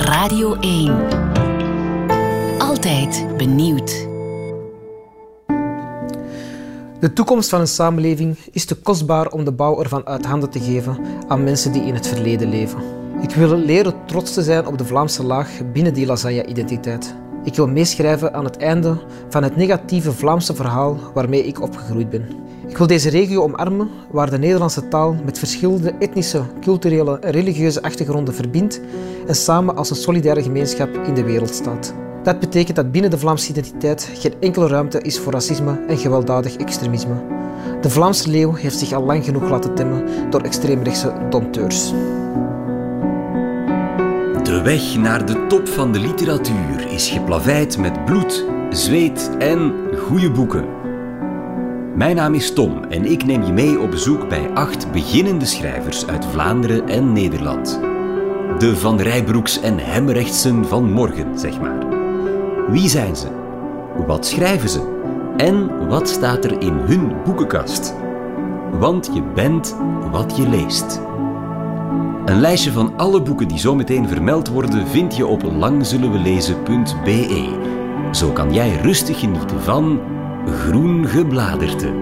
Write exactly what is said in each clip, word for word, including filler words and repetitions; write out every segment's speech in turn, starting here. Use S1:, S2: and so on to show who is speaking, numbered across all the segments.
S1: Radio één. Altijd benieuwd.
S2: De toekomst van een samenleving is te kostbaar om de bouw ervan uit handen te geven aan mensen die in het verleden leven. Ik wil leren trots te zijn op de Vlaamse laag binnen die lasagne-identiteit. Ik wil meeschrijven aan het einde van het negatieve Vlaamse verhaal waarmee ik opgegroeid ben. Ik wil deze regio omarmen waar de Nederlandse taal met verschillende etnische, culturele en religieuze achtergronden verbindt en samen als een solidaire gemeenschap in de wereld staat. Dat betekent dat binnen de Vlaamse identiteit geen enkele ruimte is voor racisme en gewelddadig extremisme. De Vlaamse leeuw heeft zich al lang genoeg laten temmen door extreemrechtse dompteurs.
S3: De weg naar de top van de literatuur is geplaveid met bloed, zweet en goede boeken. Mijn naam is Tom en ik neem je mee op bezoek bij acht beginnende schrijvers uit Vlaanderen en Nederland. De Van Rijbroeks en Hemrechtsen van morgen, zeg maar. Wie zijn ze? Wat schrijven ze? En wat staat er in hun boekenkast? Want je bent wat je leest. Een lijstje van alle boeken die zo meteen vermeld worden vind je op langzullenwelezen punt be. Zo kan jij rustig genieten van Groen Gebladerte.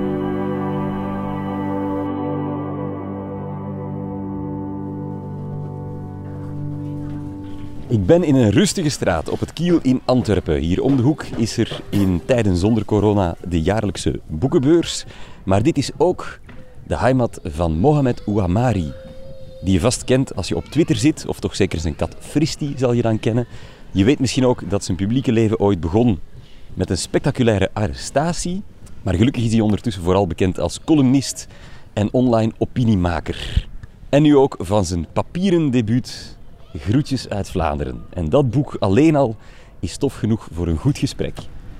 S3: Ik ben in een rustige straat op het Kiel in Antwerpen. Hier om de hoek is er in tijden zonder corona de jaarlijkse boekenbeurs. Maar dit is ook de heimat van Mohamed Ouamari, die je vast kent als je op Twitter zit, of toch zeker zijn kat Fristi zal je dan kennen. Je weet misschien ook dat zijn publieke leven ooit begon met een spectaculaire arrestatie. Maar gelukkig is hij ondertussen vooral bekend als columnist en online opiniemaker. En nu ook van zijn papieren debuut Groetjes uit Vlaanderen. En dat boek alleen al is stof genoeg voor een goed gesprek.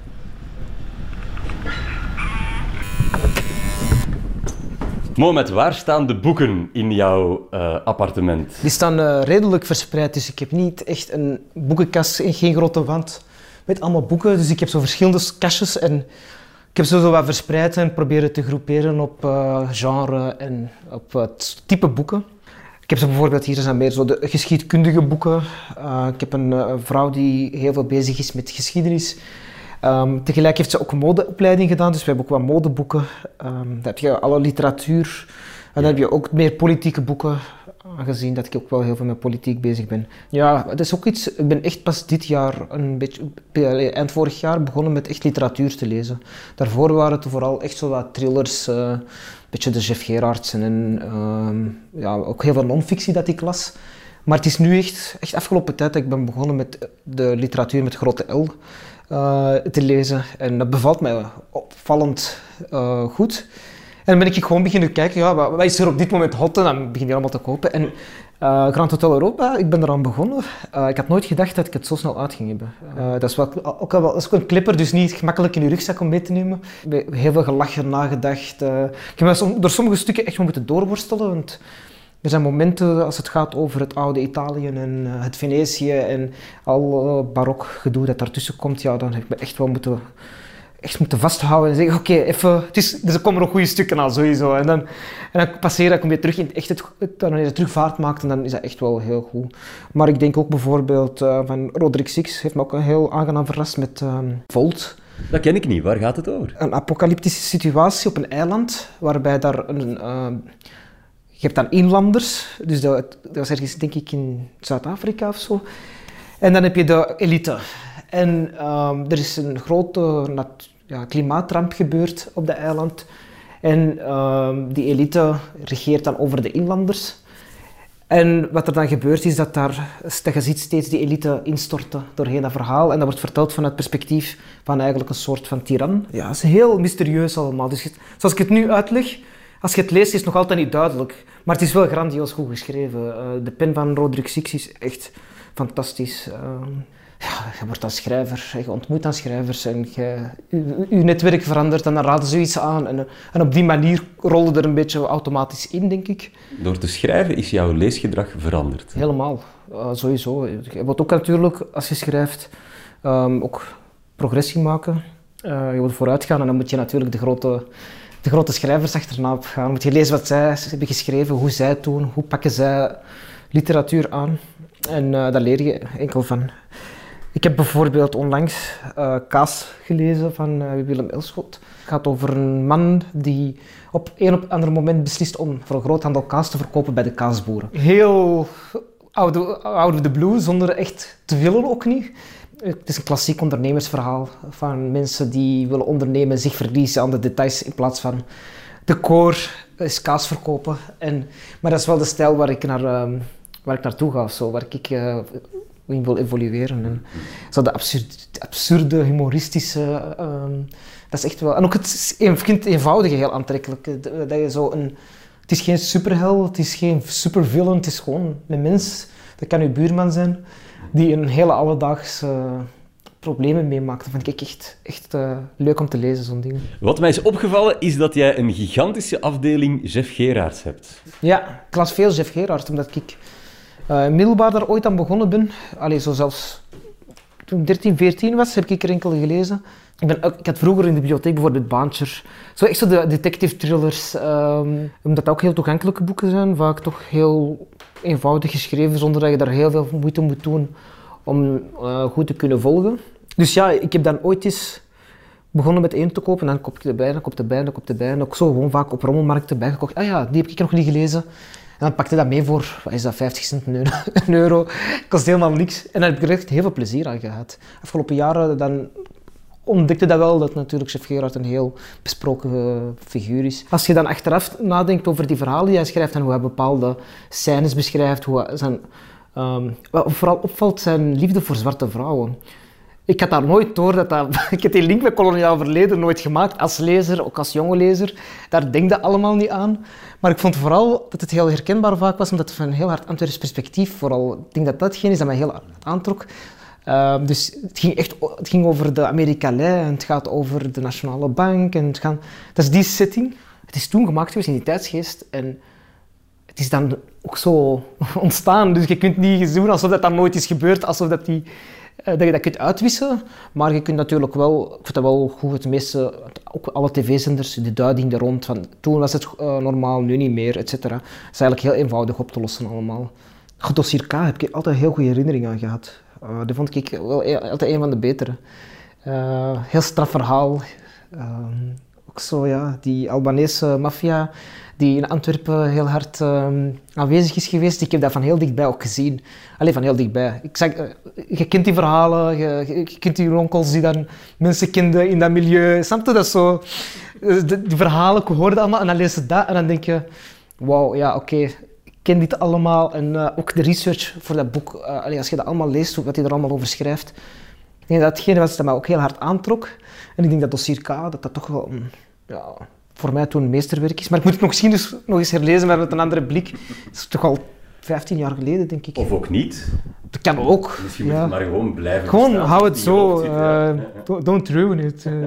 S3: Mohamed, waar staan de boeken in jouw uh, appartement?
S2: Die staan uh, redelijk verspreid, dus ik heb niet echt een boekenkast en geen grote wand met allemaal boeken. Dus ik heb zo verschillende kastjes en ik heb ze zo wat verspreid en proberen te groeperen op uh, genre en op uh, type boeken. Ik heb ze bijvoorbeeld, hier zijn meer zo de geschiedkundige boeken. Uh, ik heb een uh, vrouw die heel veel bezig is met geschiedenis. Um, tegelijk heeft ze ook een modeopleiding gedaan, dus we hebben ook wat modeboeken. Um, dan heb je alle literatuur. En dan heb je ook meer politieke boeken, aangezien dat ik ook wel heel veel met politiek bezig ben. Ja, het is ook iets, ik ben echt pas dit jaar, een beetje, eind vorig jaar, begonnen met echt literatuur te lezen. Daarvoor waren het vooral echt zo wat thrillers, uh, een beetje de Jeff Gerardsen en uh, ja, ook heel veel non-fictie dat ik las. Maar het is nu echt, echt afgelopen tijd dat ik ben begonnen met de literatuur met grote L uh, te lezen. En dat bevalt mij opvallend uh, goed. En dan ben ik gewoon beginnen kijken, ja, wat, wat is er op dit moment hot? En dan begin je allemaal te kopen. En uh, Grand Hotel Europa, ik ben eraan begonnen. Uh, ik had nooit gedacht dat ik het zo snel uit ging hebben. Uh, dat, is wel, ook wel, dat is ook een clipper, dus niet gemakkelijk in je rugzak om mee te nemen. Ik heb heel veel gelachen, nagedacht. Uh, ik heb me door sommige stukken echt wel moeten doorworstelen. Want er zijn momenten als het gaat over het oude Italië en uh, het Venetië en al uh, barok gedoe dat daartussen komt. Ja, dan heb ik me echt wel moeten... echt moeten vasthouden en zeggen, oké, okay, even, het is, dus er komen nog goede stukken aan, sowieso. En dan, en dan passeer ik weer terug in echt het, wanneer je terug vaart maakt, en dan is dat echt wel heel goed. Maar ik denk ook bijvoorbeeld uh, van Roderick Six, heeft me ook een heel aangenaam verrast met um, Volt.
S3: Dat ken ik niet, waar gaat het over?
S2: Een apocalyptische situatie op een eiland, waarbij daar een... Uh, je hebt dan inlanders, dus dat, dat was ergens denk ik in Zuid-Afrika of zo. En dan heb je de elite. En um, er is een grote nat- ja, klimaatramp gebeurd op dat eiland. En um, die elite regeert dan over de inlanders. En wat er dan gebeurt is dat, daar, dat je ziet steeds die elite instorten doorheen dat verhaal. En dat wordt verteld vanuit het perspectief van eigenlijk een soort van tiran. Ja, het is heel mysterieus allemaal. Dus zoals ik het nu uitleg, als je het leest is het nog altijd niet duidelijk. Maar het is wel grandioos goed geschreven. Uh, de pen van Roderick Six is echt fantastisch. Uh, Ja, je wordt dan schrijver, je ontmoet dan schrijvers en je, je, je netwerk verandert en dan raden ze iets aan. En, en op die manier rollen er een beetje automatisch in, denk ik.
S3: Door te schrijven is jouw leesgedrag veranderd?
S2: Helemaal, uh, sowieso. Je wilt ook natuurlijk, als je schrijft, um, ook progressie maken. Uh, je wilt vooruit gaan en dan moet je natuurlijk de grote, de grote schrijvers achterna op gaan. Moet je lezen wat zij hebben geschreven, hoe zij het doen, hoe pakken zij literatuur aan. En uh, daar leer je enkel van. Ik heb bijvoorbeeld onlangs uh, Kaas gelezen van uh, Willem Elschot. Het gaat over een man die op een op ander moment beslist om voor een groot aantal kaas te verkopen bij de kaasboeren. Heel out of, out of the blue, zonder echt te willen ook niet. Het is een klassiek ondernemersverhaal van mensen die willen ondernemen, zich verliezen aan de details in plaats van de core is kaas verkopen. En, maar dat is wel de stijl waar ik, naar, uh, waar ik naartoe ga, zo, waar ik uh, in wil evolueren. En zo de absurde, absurde humoristische, uh, dat is echt wel... En ook het, ik vind het eenvoudige heel aantrekkelijk. Dat je zo een, het is geen superheld, het is geen supervillain, het is gewoon een mens. Dat kan uw buurman zijn, die een hele alledaagse uh, problemen meemaakt. Dat vind ik echt, echt uh, leuk om te lezen, zo'n ding.
S3: Wat mij is opgevallen is dat jij een gigantische afdeling Jeff Gerards hebt.
S2: Ja, ik las veel Jeff Gerards, omdat ik uh, middelbaar daar ooit aan begonnen ben. Allee, zo zelfs toen ik dertien, veertien was, heb ik er enkele gelezen. Ik, ben, ik had vroeger in de bibliotheek bijvoorbeeld Baantjer. Zo echt zo de detective thrillers. Um, omdat dat ook heel toegankelijke boeken zijn. Vaak toch heel eenvoudig geschreven, zonder dat je daar heel veel moeite moet doen om uh, goed te kunnen volgen. Dus ja, ik heb dan ooit eens begonnen met één te kopen. En dan koop ik erbij, dan koop ik erbij, dan koop ik erbij. En ook zo gewoon vaak op rommelmarkten bijgekocht. Ah ja, die heb ik nog niet gelezen. En dan pakte ik dat mee voor, wat is dat, vijftig cent, een euro. een euro. Kost helemaal niks. En daar heb ik er echt heel veel plezier aan gehad. Afgelopen jaren dan ontdekte dat wel, dat natuurlijk Jeff Gerards een heel besproken uh, figuur is. Als je dan achteraf nadenkt over die verhalen die hij schrijft en hoe hij bepaalde scènes beschrijft, hoe hij zijn, um, wat vooral opvalt zijn liefde voor zwarte vrouwen. Ik had daar nooit door dat dat... Ik heb die link met koloniaal verleden nooit gemaakt, als lezer, ook als jonge lezer. Daar denk je allemaal niet aan. Maar ik vond vooral dat het heel herkenbaar vaak was, omdat het van een heel hard Antwerps perspectief vooral... Ik denk dat datgene is dat mij heel aantrok. Uh, dus het ging echt het ging over de Amerikalei en het gaat over de Nationale Bank. En het gaan, dat is die setting. Het is toen gemaakt geweest in die tijdsgeest. En het is dan ook zo ontstaan. Dus je kunt niet doen alsof dat, dat nooit is gebeurd, alsof dat die... dat je dat kunt uitwissen, maar je kunt natuurlijk wel, ik vind dat wel goed, het meeste, ook alle tv-zenders, de duiding er rond, van toen was het uh, normaal, nu niet meer, et cetera. Dat is eigenlijk heel eenvoudig op te lossen allemaal. Het dossier K heb ik altijd heel goede herinneringen aan gehad. Uh, dat vond ik wel altijd een van de betere. Uh, heel straf verhaal. Uh, ook zo, ja, die Albanese maffia die in Antwerpen heel hard um, aanwezig is geweest. Ik heb dat van heel dichtbij ook gezien. Alleen van heel dichtbij. Ik zeg, uh, je kent die verhalen, je, je kent die onkels die dan mensen kenden in dat milieu. Snap je dat zo? De, die verhalen, ik hoorde allemaal en dan lees je dat en dan denk je, wauw, ja, oké, okay, ik ken dit allemaal. En uh, ook de research voor dat boek, uh, allee, als je dat allemaal leest, wat hij er allemaal over schrijft. Ik denk dat hetgene was dat mij ook heel hard aantrok. En ik denk dat dossier K, dat dat toch wel... Um, ja, voor mij toen een meesterwerk is. Maar ik moet het nog misschien dus nog eens herlezen, maar met een andere blik. Dat is toch al vijftien jaar geleden, denk ik.
S3: Of ook niet.
S2: Dat kan ook.
S3: Misschien moet je ja. maar gewoon blijven
S2: Gewoon,
S3: bestaan,
S2: hou het zo.
S3: Zit,
S2: uh,
S3: ja.
S2: don't, don't ruin it. Uh,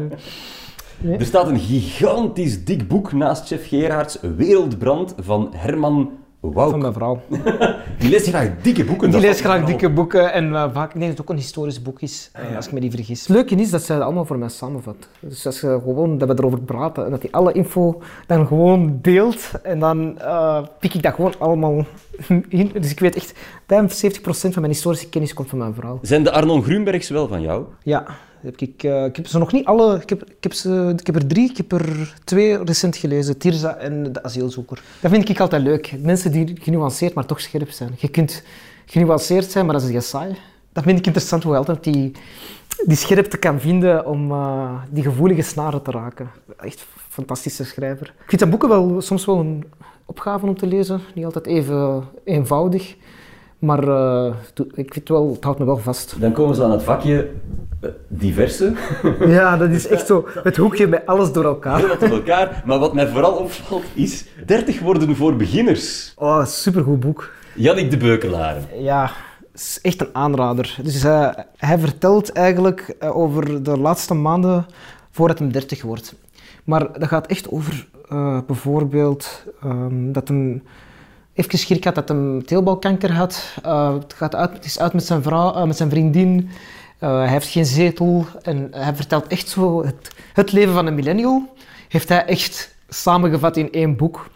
S3: nee. Er staat een gigantisch dik boek naast Jeff Gerards, Wereldbrand, van Herman Wouk.
S2: Van mijn vrouw.
S3: Die leest graag dikke boeken.
S2: Die leest graag dikke boeken en uh, vaak, nee, dat het ook een historisch boek is, uh, als ik me niet vergis. Het leuke is dat zij dat allemaal voor mij samenvat. Dus als je gewoon, dat we erover praten en dat hij alle info dan gewoon deelt en dan uh, pik ik dat gewoon allemaal in. Dus ik weet echt, vijfenzeventig procent van mijn historische kennis komt van mijn vrouw.
S3: Zijn de Arnon Grunbergs wel van jou?
S2: Ja. Heb ik, uh, ik heb ze nog niet alle, ik heb, ik, heb ze, ik heb er drie, ik heb er twee recent gelezen, Tirza en De Asielzoeker. Dat vind ik altijd leuk, mensen die genuanceerd maar toch scherp zijn. Je kunt genuanceerd zijn, maar dat is heel saai. Dat vind ik interessant, hoe je altijd die, die scherpte kan vinden om uh, die gevoelige snaren te raken. Echt een fantastische schrijver. Ik vind dat boeken wel soms wel een opgave om te lezen, niet altijd even eenvoudig. Maar uh, ik vind wel, het houdt me wel vast.
S3: Dan komen ze aan het vakje uh, diverse.
S2: Ja, dat is echt zo het hoekje met alles door elkaar.
S3: Heel wat door elkaar. Maar wat mij vooral opvalt is dertig woorden voor beginners.
S2: Oh, supergoed boek.
S3: Jannik de Beukelaar.
S2: Ja, is echt een aanrader. Dus uh, hij vertelt eigenlijk uh, over de laatste maanden voordat hij dertig wordt. Maar dat gaat echt over uh, bijvoorbeeld um, dat hij... Even schrik had dat hij teelbalkanker had. Uh, het, gaat uit, het is uit met zijn, vrouw, uh, met zijn vriendin. Uh, hij heeft geen zetel. En hij vertelt echt zo... Het, het leven van een millennial heeft hij echt samengevat in één boek. Hij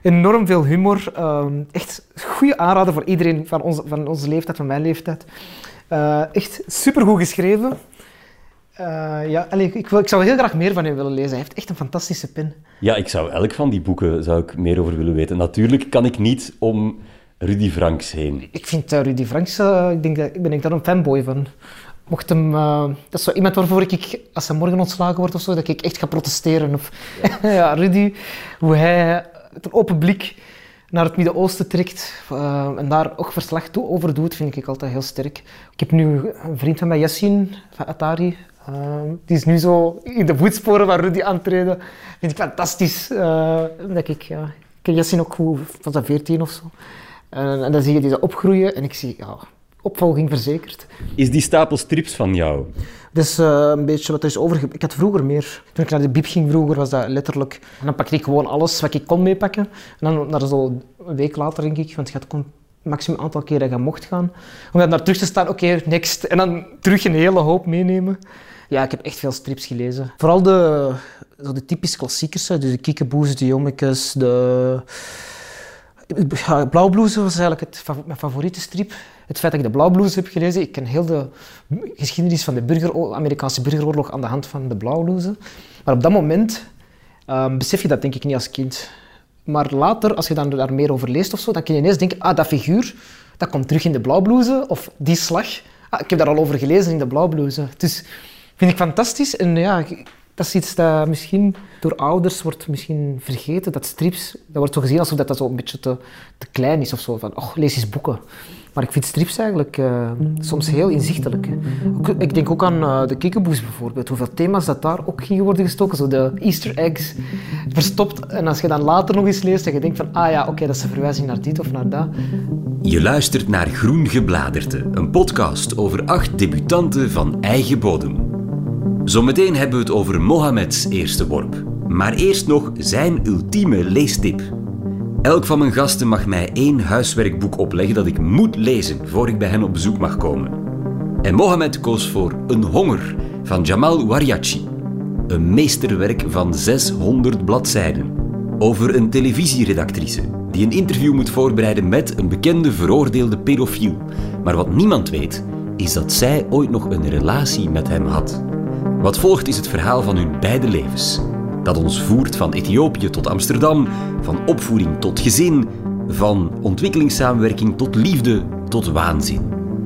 S2: enorm veel humor. Uh, echt goede aanrader voor iedereen van onze, van onze leeftijd, van mijn leeftijd. Uh, echt supergoed geschreven. Uh, ja, allee, ik, wil, ik zou heel graag meer van hem willen lezen. Hij heeft echt een fantastische pen.
S3: Ja, ik zou elk van die boeken zou ik meer over willen weten. Natuurlijk kan ik niet om Rudy Franks heen.
S2: Ik vind uh, Rudy Franks, uh, ik denk dat, ben ik daar een fanboy van. Mocht hem, uh, dat is zo iemand waarvoor ik, als hij morgen ontslagen wordt of zo, dat ik echt ga protesteren. Of, ja, Rudy, hoe hij met een open blik naar het Midden-Oosten trekt uh, en daar ook verslag toe over doet, vind ik altijd heel sterk. Ik heb nu een vriend van mij, Yassine, van Atari. Uh, die is nu zo in de voetsporen van Rudy aantreden. Vind ik fantastisch. Uh, dat ik, ja, ik ken Yassine ook goed, van zijn veertien of zo. Uh, en dan zie je die opgroeien en ik zie, ja, opvolging verzekerd.
S3: Is die stapel strips van jou?
S2: Dat is uh, een beetje wat er is overge... Ik had vroeger meer. Toen ik naar de bieb ging vroeger, was dat letterlijk... En dan pakte ik gewoon alles wat ik kon meepakken. En dan naar zo een week later, denk ik, want je had het maximum aantal keer dat je mocht gaan. Om dan naar terug te staan, oké, okay, next. En dan terug een hele hoop meenemen. Ja, ik heb echt veel strips gelezen. Vooral de, zo de typische klassiekers, dus de Kiekeboes, de Jommekes, de... Ja, Blauwblouse was eigenlijk het, mijn favoriete strip. Het feit dat ik de Blauwblouse heb gelezen, ik ken heel de geschiedenis van de burger, Amerikaanse burgeroorlog aan de hand van de Blauwblouse. Maar op dat moment um, besef je dat denk ik niet als kind. Maar later, als je dan daar meer over leest of zo, dan kun je ineens denken, ah, dat figuur, dat komt terug in de Blauwblouse. Of die slag, ah, ik heb daar al over gelezen in de Blauwblouse. Dus vind ik fantastisch. En ja, dat is iets dat misschien door ouders wordt misschien vergeten. Dat strips, dat wordt zo gezien alsof dat, dat zo een beetje te, te klein is of zo. Van, oh, lees eens boeken. Maar ik vind strips eigenlijk uh, soms heel inzichtelijk. Hè. Ook, ik denk ook aan uh, de Kiekeboes bijvoorbeeld. Hoeveel thema's dat daar ook gingen worden gestoken. Zo de Easter eggs, verstopt. En als je dan later nog eens leest en je denkt van, ah ja, oké, okay, dat is een verwijzing naar dit of naar dat.
S3: Je luistert naar Groen Gebladerte, een podcast over acht debutanten van eigen bodem. Zometeen hebben we het over Mohameds eerste worp. Maar eerst nog zijn ultieme leestip. Elk van mijn gasten mag mij één huiswerkboek opleggen dat ik moet lezen voor ik bij hen op bezoek mag komen. En Mohamed koos voor Een Honger van Jamal Wariachi. Een meesterwerk van zeshonderd bladzijden. Over een televisieredactrice die een interview moet voorbereiden met een bekende veroordeelde pedofiel. Maar wat niemand weet, is dat zij ooit nog een relatie met hem had. Wat volgt is het verhaal van hun beide levens. Dat ons voert van Ethiopië tot Amsterdam, van opvoeding tot gezin, van ontwikkelingssamenwerking tot liefde tot waanzin.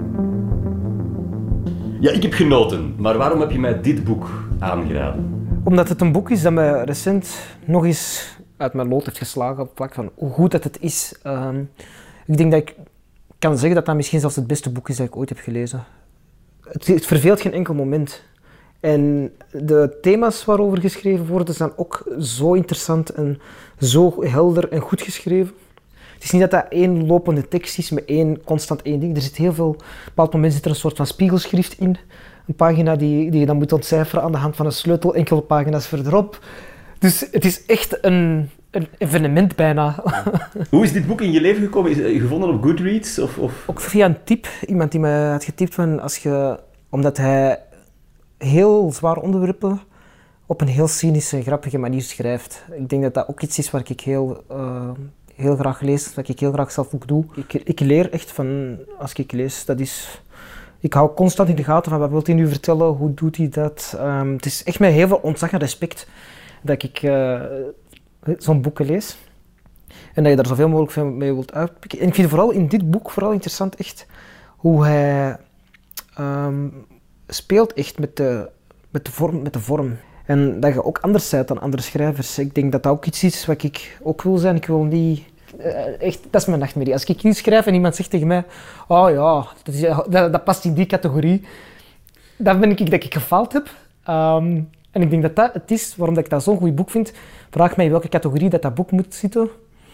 S3: Ja, ik heb genoten, maar waarom heb je mij dit boek aangeraden?
S2: Omdat het een boek is dat mij recent nog eens uit mijn lood heeft geslagen op vlak van hoe goed dat het is. Um, ik denk dat ik kan zeggen dat dat misschien zelfs het beste boek is dat ik ooit heb gelezen. Het, het verveelt geen enkel moment. En de thema's waarover geschreven worden zijn ook zo interessant en zo helder en goed geschreven. Het is niet dat dat één lopende tekst is met één, constant één ding. Er zit heel veel, op een bepaald moment zit er een soort van spiegelschrift in. Een pagina die, die je dan moet ontcijferen aan de hand van een sleutel, enkele pagina's verderop. Dus het is echt een, een evenement bijna.
S3: Hoe is dit boek in je leven gekomen? Is het gevonden op Goodreads? Of, of?
S2: Ook via een tip. Iemand die mij had getipt van als je, omdat hij heel zware onderwerpen op een heel cynische, grappige manier schrijft. Ik denk dat dat ook iets is waar ik heel, uh, heel graag lees, wat ik heel graag zelf ook doe. Ik, ik leer echt van, als ik lees, dat is... Ik hou constant in de gaten van wat wil hij nu vertellen, hoe doet hij dat. Um, het is echt met heel veel ontzag en respect dat ik uh, zo'n boeken lees. En dat je daar zoveel mogelijk mee wilt uitpikken. En ik vind vooral in dit boek vooral interessant echt hoe hij... Um, speelt echt met de, met, de vorm, met de vorm. En dat je ook anders bent dan andere schrijvers. Ik denk dat dat ook iets is wat ik ook wil zijn. Ik wil niet... Echt, dat is mijn nachtmerrie. Als ik nu schrijf en iemand zegt tegen mij... Oh ja, dat, is, dat, dat past in die categorie. Dan ben ik dat ik gefaald heb. Um, en ik denk dat dat het is waarom dat ik dat zo'n goed boek vind. Vraag mij in welke categorie dat, dat boek moet zitten.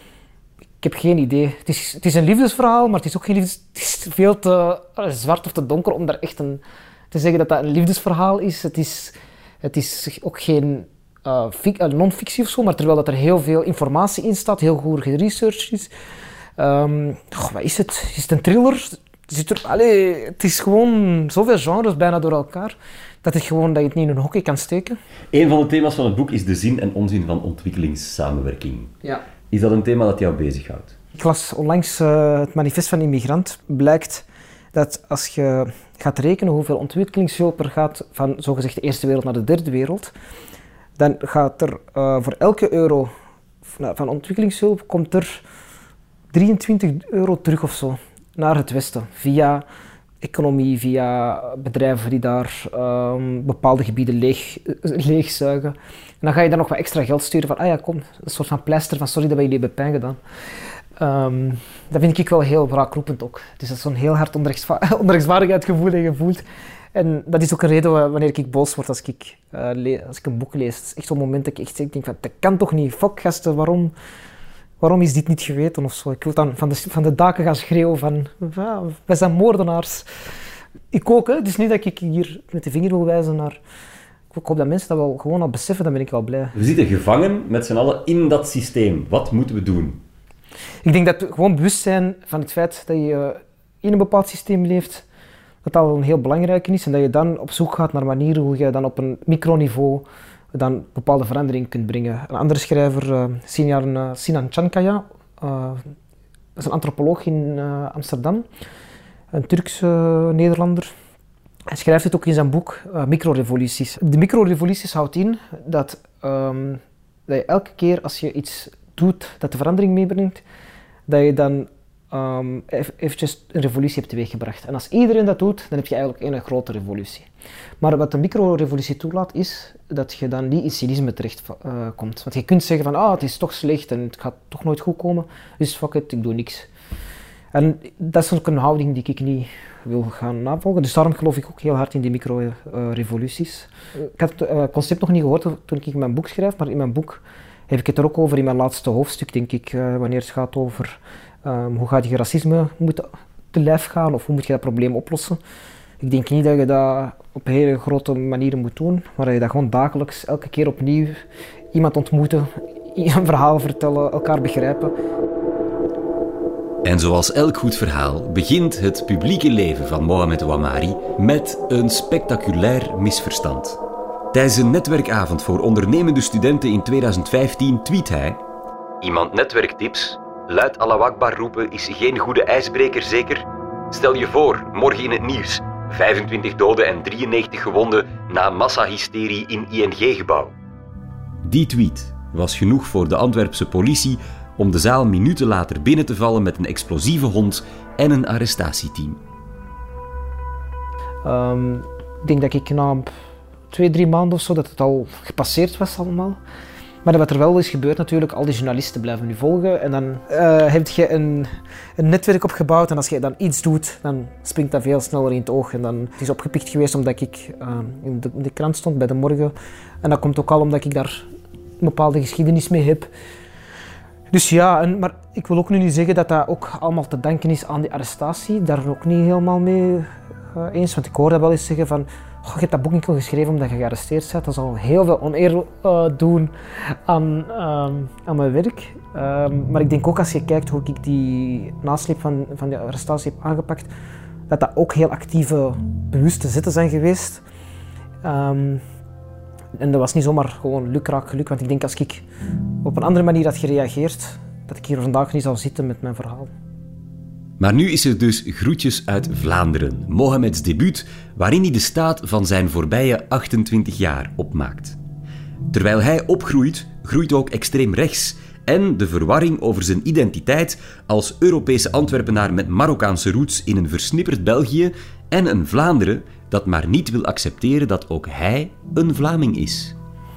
S2: Ik heb geen idee. Het is, het is een liefdesverhaal, maar het is ook geen liefdes... Het is veel te uh, zwart of te donker om daar echt een... te zeggen dat dat een liefdesverhaal is. Het is, het is ook geen uh, fic- uh, non-fictie of zo, maar terwijl dat er heel veel informatie in staat, heel goed geresearched is. Um, goh, wat is het? Is het een thriller? Zit er, allez, het is gewoon zoveel genres bijna door elkaar, dat, het gewoon, dat je het niet in een hokje kan steken.
S3: Een van de thema's van het boek is de zin en onzin van ontwikkelingssamenwerking.
S2: Ja.
S3: Is dat een thema dat jou bezighoudt?
S2: Ik las onlangs uh, het manifest van immigrant. Blijkt dat als je gaat rekenen hoeveel ontwikkelingshulp er gaat van zogezegd de eerste wereld naar de derde wereld, dan gaat er uh, voor elke euro van ontwikkelingshulp komt er drieëntwintig euro terug of zo naar het Westen. Via economie, via bedrijven die daar um, bepaalde gebieden leeg, leegzuigen. En dan ga je daar nog wat extra geld sturen van, ah ja, kom, een soort van pleister van sorry dat wij jullie hebben pijn gedaan. Um, dat vind ik wel heel wraakroepend ook. Dus dat is zo'n heel hard onrechtva- onrechtvaardigheidsgevoel dat je voelt. En dat is ook een reden wanneer ik boos word als ik, uh, le- als ik een boek lees. Het is echt zo'n moment dat ik echt denk van, dat kan toch niet, fuck gasten, waarom, waarom is dit niet geweten of zo. Ik wil dan van de, van de daken gaan schreeuwen van, ah, wij zijn moordenaars. Ik ook, hè. Het is niet dat ik hier met de vinger wil wijzen naar... Ik hoop dat mensen dat wel gewoon al beseffen, dan ben ik wel blij.
S3: We zitten gevangen met z'n allen in dat systeem. Wat moeten we doen?
S2: Ik denk dat gewoon bewust zijn van het feit dat je in een bepaald systeem leeft, dat dat al een heel belangrijk is en dat je dan op zoek gaat naar manieren hoe je dan op een microniveau dan bepaalde verandering kunt brengen. Een andere schrijver, uh, Sinan, uh, Sinan Çankaya, uh, dat is een antropoloog in uh, Amsterdam, een Turkse uh, Nederlander. Hij schrijft het ook in zijn boek uh, Microrevoluties. De microrevoluties houdt in dat, um, dat je elke keer als je iets doet dat de verandering meebrengt, dat je dan um, eventjes een revolutie hebt teweeggebracht. En als iedereen dat doet, dan heb je eigenlijk een grote revolutie. Maar wat de microrevolutie toelaat, is dat je dan niet in cynisme terecht uh, komt. Want je kunt zeggen van, ah, het is toch slecht en het gaat toch nooit goed komen, dus fuck it, ik doe niks. En dat is ook een houding die ik niet wil gaan navolgen. Dus daarom geloof ik ook heel hard in die micro-revoluties. Uh, ik had het uh, concept nog niet gehoord toen ik mijn boek schrijf, maar in mijn boek heb ik het er ook over in mijn laatste hoofdstuk, denk ik, uh, wanneer het gaat over um, hoe gaat je racisme moeten te lijf gaan of hoe moet je dat probleem oplossen. Ik denk niet dat je dat op hele grote manieren moet doen, maar dat je dat gewoon dagelijks, elke keer opnieuw iemand ontmoeten, een verhaal vertellen, elkaar begrijpen.
S3: En zoals elk goed verhaal begint het publieke leven van Mohamed Ouamari met een spectaculair misverstand. Tijdens een netwerkavond voor ondernemende studenten in tweeduizend vijftien tweet hij: iemand netwerktips, luid Allahu Akbar roepen is geen goede ijsbreker zeker? Stel je voor, morgen in het nieuws, vijfentwintig doden en drieënnegentig gewonden na massahysterie in I N G-gebouw. Die tweet was genoeg voor de Antwerpse politie om de zaal minuten later binnen te vallen met een explosieve hond en een arrestatieteam.
S2: Um, ik denk dat ik na twee, drie maanden of zo, dat het al gepasseerd was allemaal. Maar wat er wel is gebeurd natuurlijk, al die journalisten blijven nu volgen en dan uh, heb je een, een netwerk opgebouwd en als je dan iets doet, dan springt dat veel sneller in het oog. En dan, het is opgepikt geweest omdat ik uh, in, de, in de krant stond bij De Morgen en dat komt ook al omdat ik daar een bepaalde geschiedenis mee heb. Dus ja, en, maar ik wil ook nu niet zeggen dat dat ook allemaal te danken is aan die arrestatie. Daar ook niet helemaal mee uh, eens, want ik hoor dat wel eens zeggen van oh, je hebt dat boek niet al geschreven omdat je gearresteerd bent. Dat zal heel veel oneer uh, doen aan, um, aan mijn werk. Um, maar ik denk ook als je kijkt hoe ik die nasleep van, van die arrestatie heb aangepakt, dat dat ook heel actieve, bewuste zetten zijn geweest. Um, En dat was niet zomaar gewoon lukraak geluk, want ik denk als ik op een andere manier had gereageerd, dat ik hier vandaag niet zou zitten met mijn verhaal.
S3: Maar nu is er dus Groetjes uit Vlaanderen, Mohameds debuut, waarin hij de staat van zijn voorbije achtentwintig jaar opmaakt. Terwijl hij opgroeit, groeit ook extreem rechts en de verwarring over zijn identiteit als Europese Antwerpenaar met Marokkaanse roots in een versnipperd België en een Vlaanderen dat maar niet wil accepteren dat ook hij een Vlaming is.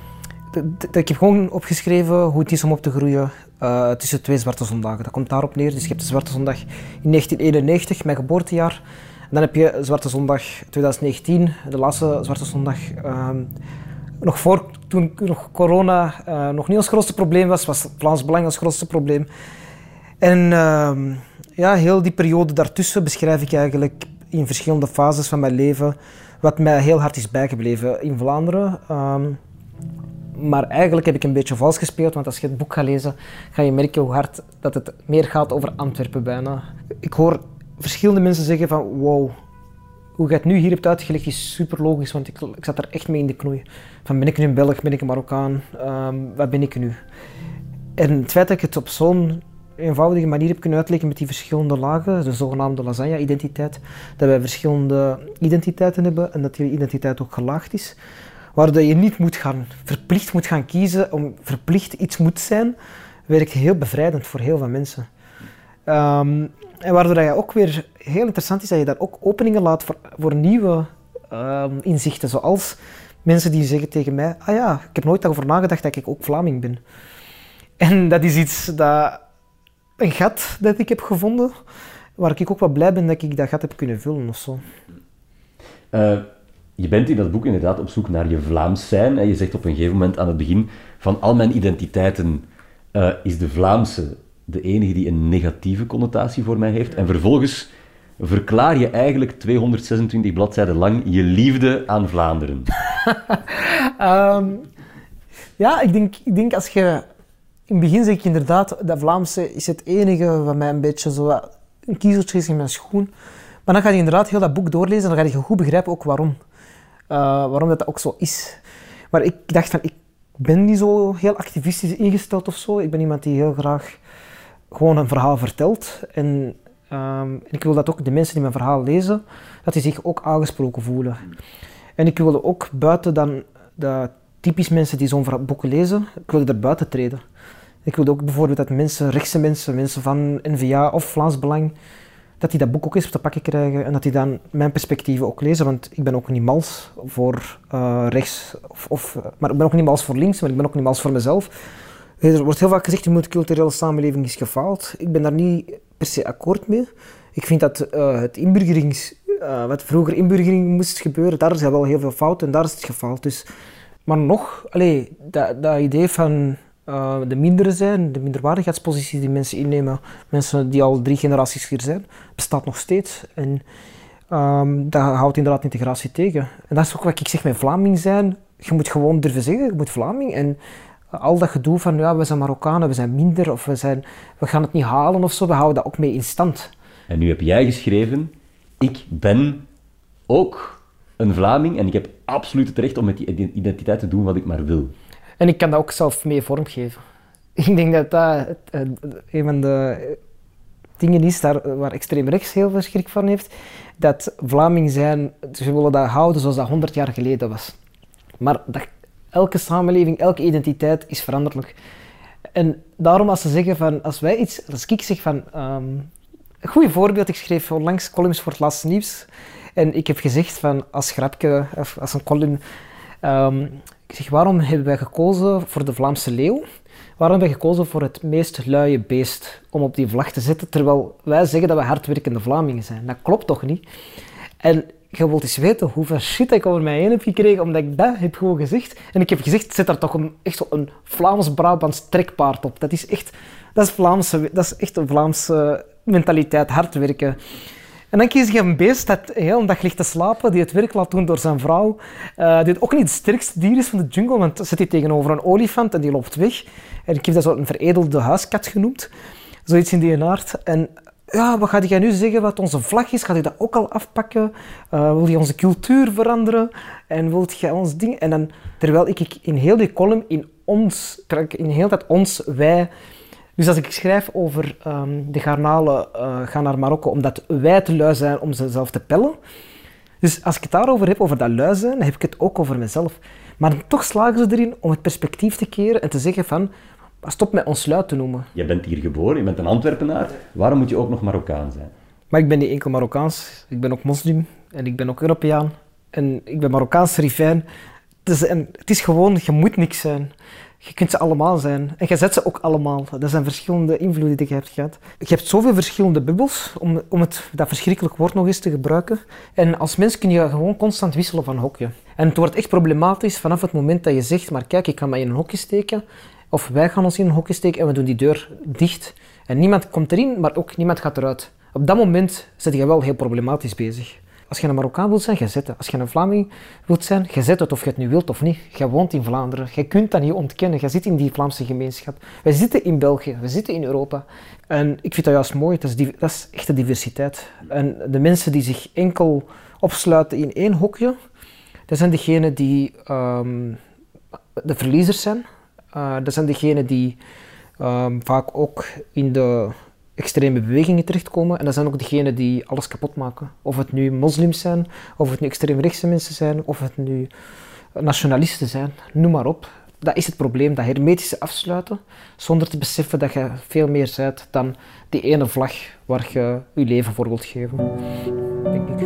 S2: Ik heb gewoon opgeschreven hoe het is om op te groeien uh, tussen twee zwarte zondagen. Dat komt daarop neer. Dus je hebt de Zwarte Zondag in negentien eenennegentig, mijn geboortejaar. En dan heb je Zwarte Zondag tweeduizend negentien, de laatste Zwarte Zondag. Uh, nog voor, toen nog corona uh, nog niet ons grootste probleem was, was Vlaams Belang ons grootste probleem. En uh, ja, heel die periode daartussen beschrijf ik eigenlijk in verschillende fases van mijn leven, wat mij heel hard is bijgebleven in Vlaanderen. Um, maar eigenlijk heb ik een beetje vals gespeeld, want als je het boek gaat lezen, ga je merken hoe hard dat het meer gaat over Antwerpen bijna. Ik hoor verschillende mensen zeggen van wow, hoe je het nu hier hebt uitgelegd is super logisch, want ik, ik zat er echt mee in de knoei. Van ben ik nu een Belg, ben ik een Marokkaan, um, wat ben ik nu? En het feit dat ik het op zo'n eenvoudige manier heb kunnen uitleggen met die verschillende lagen, de zogenaamde lasagne-identiteit, dat wij verschillende identiteiten hebben en dat die identiteit ook gelaagd is, waar je niet moet gaan, verplicht moet gaan kiezen om verplicht iets moet zijn, werkt heel bevrijdend voor heel veel mensen. Um, en waardoor dat je ook weer heel interessant is dat je daar ook openingen laat voor, voor nieuwe um, inzichten, zoals mensen die zeggen tegen mij, ah ja, ik heb nooit over nagedacht dat ik ook Vlaming ben. En dat is iets dat, een gat dat ik heb gevonden, waar ik ook wel blij ben dat ik dat gat heb kunnen vullen of zo.
S3: Uh, je bent in dat boek inderdaad op zoek naar je Vlaams zijn. Hè? Je zegt op een gegeven moment aan het begin van al mijn identiteiten uh, is de Vlaamse de enige die een negatieve connotatie voor mij heeft. En vervolgens verklaar je eigenlijk tweehonderdzesentwintig bladzijden lang je liefde aan Vlaanderen.
S2: um, ja, ik denk, ik denk als je... In het begin zeg ik inderdaad, dat Vlaamse is het enige wat mij een beetje zo een kiezeltje is in mijn schoen. Maar dan ga je inderdaad heel dat boek doorlezen en dan ga je goed begrijpen ook waarom. Uh, waarom dat, dat ook zo is. Maar ik dacht van, ik ben niet zo heel activistisch ingesteld of zo. Ik ben iemand die heel graag gewoon een verhaal vertelt. En, um, en ik wil dat ook de mensen die mijn verhaal lezen, dat die zich ook aangesproken voelen. En ik wilde ook buiten dan de typisch mensen die zo'n boeken lezen, ik wilde er buiten treden. Ik wilde ook bijvoorbeeld dat mensen, rechtse mensen, mensen van N V A of Vlaams Belang, dat die dat boek ook eens op te pakken krijgen en dat die dan mijn perspectieven ook lezen, want ik ben ook niet mals voor uh, rechts, of, of, maar ik ben ook niet mals voor links, maar ik ben ook niet mals voor mezelf. Er wordt heel vaak gezegd, de multiculturele samenleving is gefaald. Ik ben daar niet per se akkoord mee. Ik vind dat uh, het inburgerings, uh, wat vroeger inburgering moest gebeuren, daar zijn wel heel veel fouten en daar is het gefaald. Dus, maar nog, allee, dat, dat idee van uh, de mindere zijn, de minderwaardigheidsposities die mensen innemen, mensen die al drie generaties hier zijn, bestaat nog steeds. En um, dat houdt inderdaad integratie tegen. En dat is ook wat ik zeg met Vlaming zijn. Je moet gewoon durven zeggen, je moet Vlaming. En al dat gedoe van, ja, we zijn Marokkanen, we zijn minder, of we, zijn, we gaan het niet halen of zo, we houden dat ook mee in stand.
S3: En nu heb jij geschreven, ik ben ook een Vlaming en ik heb absoluut het recht om met die identiteit te doen wat ik maar wil.
S2: En ik kan dat ook zelf mee vormgeven. Ik denk dat dat een van de dingen is daar, waar extreem rechts heel veel schrik van heeft, dat Vlaming zijn, ze willen dat houden zoals dat honderd jaar geleden was. Maar dat, elke samenleving, elke identiteit is veranderlijk. En daarom als ze zeggen van, als wij iets, als ik zeg van, um, een goed voorbeeld, ik schreef onlangs columns voor het Laatste Nieuws en ik heb gezegd van, als grapje, of als een column, um, ik zeg, waarom hebben wij gekozen voor de Vlaamse leeuw? Waarom hebben wij gekozen voor het meest luie beest om op die vlag te zetten, terwijl wij zeggen dat we hardwerkende Vlamingen zijn? Dat klopt toch niet? En je wilt eens weten hoeveel shit ik over mij heen heb gekregen, omdat ik dat heb gewoon gezegd. En ik heb gezegd, zet daar toch een, echt zo een Vlaams-Brabants trekpaard op. Dat is echt, dat is Vlaamse, dat is echt een Vlaamse mentaliteit, hard werken. En dan kies je een beest dat de hele dag ligt te slapen, die het werk laat doen door zijn vrouw, uh, die ook niet het sterkste dier is van de jungle, want zit hij tegenover een olifant en die loopt weg. En ik heb dat zo een veredelde huiskat genoemd, zoiets in die aard. En ja, wat ga jij nu zeggen wat onze vlag is? Gaat je dat ook al afpakken? Uh, wil je onze cultuur veranderen? En wilt je ons ding? En dan, terwijl ik, ik in heel die column in ons, in heel dat ons, wij. Dus als ik schrijf over um, de garnalen uh, gaan naar Marokko omdat wij te lui zijn om ze zelf te pellen. Dus als ik het daarover heb, over dat lui zijn, dan heb ik het ook over mezelf. Maar toch slagen ze erin om het perspectief te keren en te zeggen van, stop met ons lui te noemen.
S3: Je bent hier geboren, je bent een Antwerpenaar. Waarom moet je ook nog Marokkaan zijn?
S2: Maar ik ben niet enkel Marokkaans. Ik ben ook moslim en ik ben ook Europeaan. En ik ben Marokkaans rivijn. Het is, en het is gewoon, je moet niks zijn. Je kunt ze allemaal zijn. En je zet ze ook allemaal. Dat zijn verschillende invloeden die je hebt gehad. Je hebt zoveel verschillende bubbels, om, om het, dat verschrikkelijk woord nog eens te gebruiken. En als mens kun je gewoon constant wisselen van hokje. En het wordt echt problematisch vanaf het moment dat je zegt, maar kijk, ik ga mij in een hokje steken. Of wij gaan ons in een hokje steken en we doen die deur dicht. En niemand komt erin, maar ook niemand gaat eruit. Op dat moment zit je wel heel problematisch bezig. Als je een Marokkaan wilt zijn, ga zet het. Als je een Vlaming wilt zijn, ga zet het of je het nu wilt of niet. Je woont in Vlaanderen. Je kunt dat niet ontkennen. Je zit in die Vlaamse gemeenschap. Wij zitten in België. We zitten in Europa. En ik vind dat juist mooi. Dat is, die, dat is echte diversiteit. En de mensen die zich enkel opsluiten in één hokje, dat zijn degenen die um, de verliezers zijn. Uh, dat zijn degenen die um, vaak ook in de extreme bewegingen terechtkomen. En dat zijn ook degenen die alles kapot maken. Of het nu moslims zijn, of het nu extreemrechtse mensen zijn, of het nu nationalisten zijn, noem maar op. Dat is het probleem, dat hermetische afsluiten, zonder te beseffen dat je veel meer bent dan die ene vlag waar je je leven voor wilt geven, denk ik.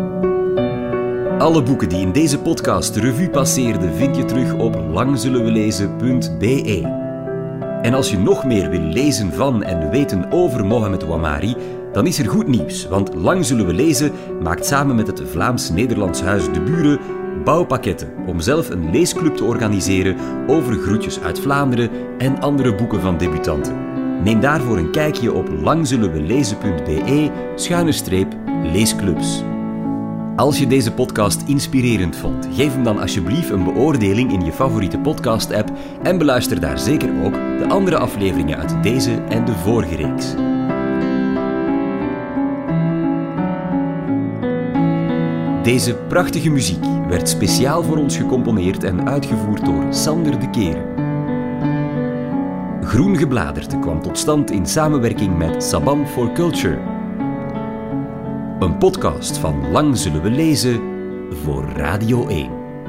S3: Alle boeken die in deze podcast de revue passeerden vind je terug op langzullenwelezen punt be. En als je nog meer wil lezen van en weten over Mohamed Ouamari, dan is er goed nieuws, want Lang Zullen We Lezen maakt samen met het Vlaams-Nederlands Huis De Buren bouwpakketten om zelf een leesclub te organiseren over Groetjes uit Vlaanderen en andere boeken van debutanten. Neem daarvoor een kijkje op langzullenwelezen punt be schuine streep leesclubs. Als je deze podcast inspirerend vond, geef hem dan alsjeblieft een beoordeling in je favoriete podcast-app en beluister daar zeker ook de andere afleveringen uit deze en de vorige reeks. Deze prachtige muziek werd speciaal voor ons gecomponeerd en uitgevoerd door Sander de Keren. Groen Gebladerte kwam tot stand in samenwerking met Saban for Culture. Een podcast van Lang Zullen We Lezen voor Radio één.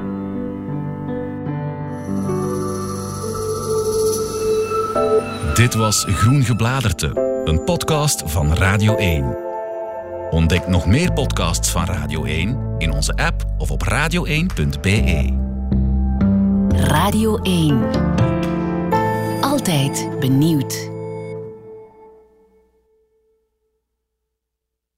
S4: Dit was Groen Gebladerte, een podcast van Radio één. Ontdek nog meer podcasts van Radio één in onze app of op radio één punt be.
S1: Radio één. Altijd benieuwd.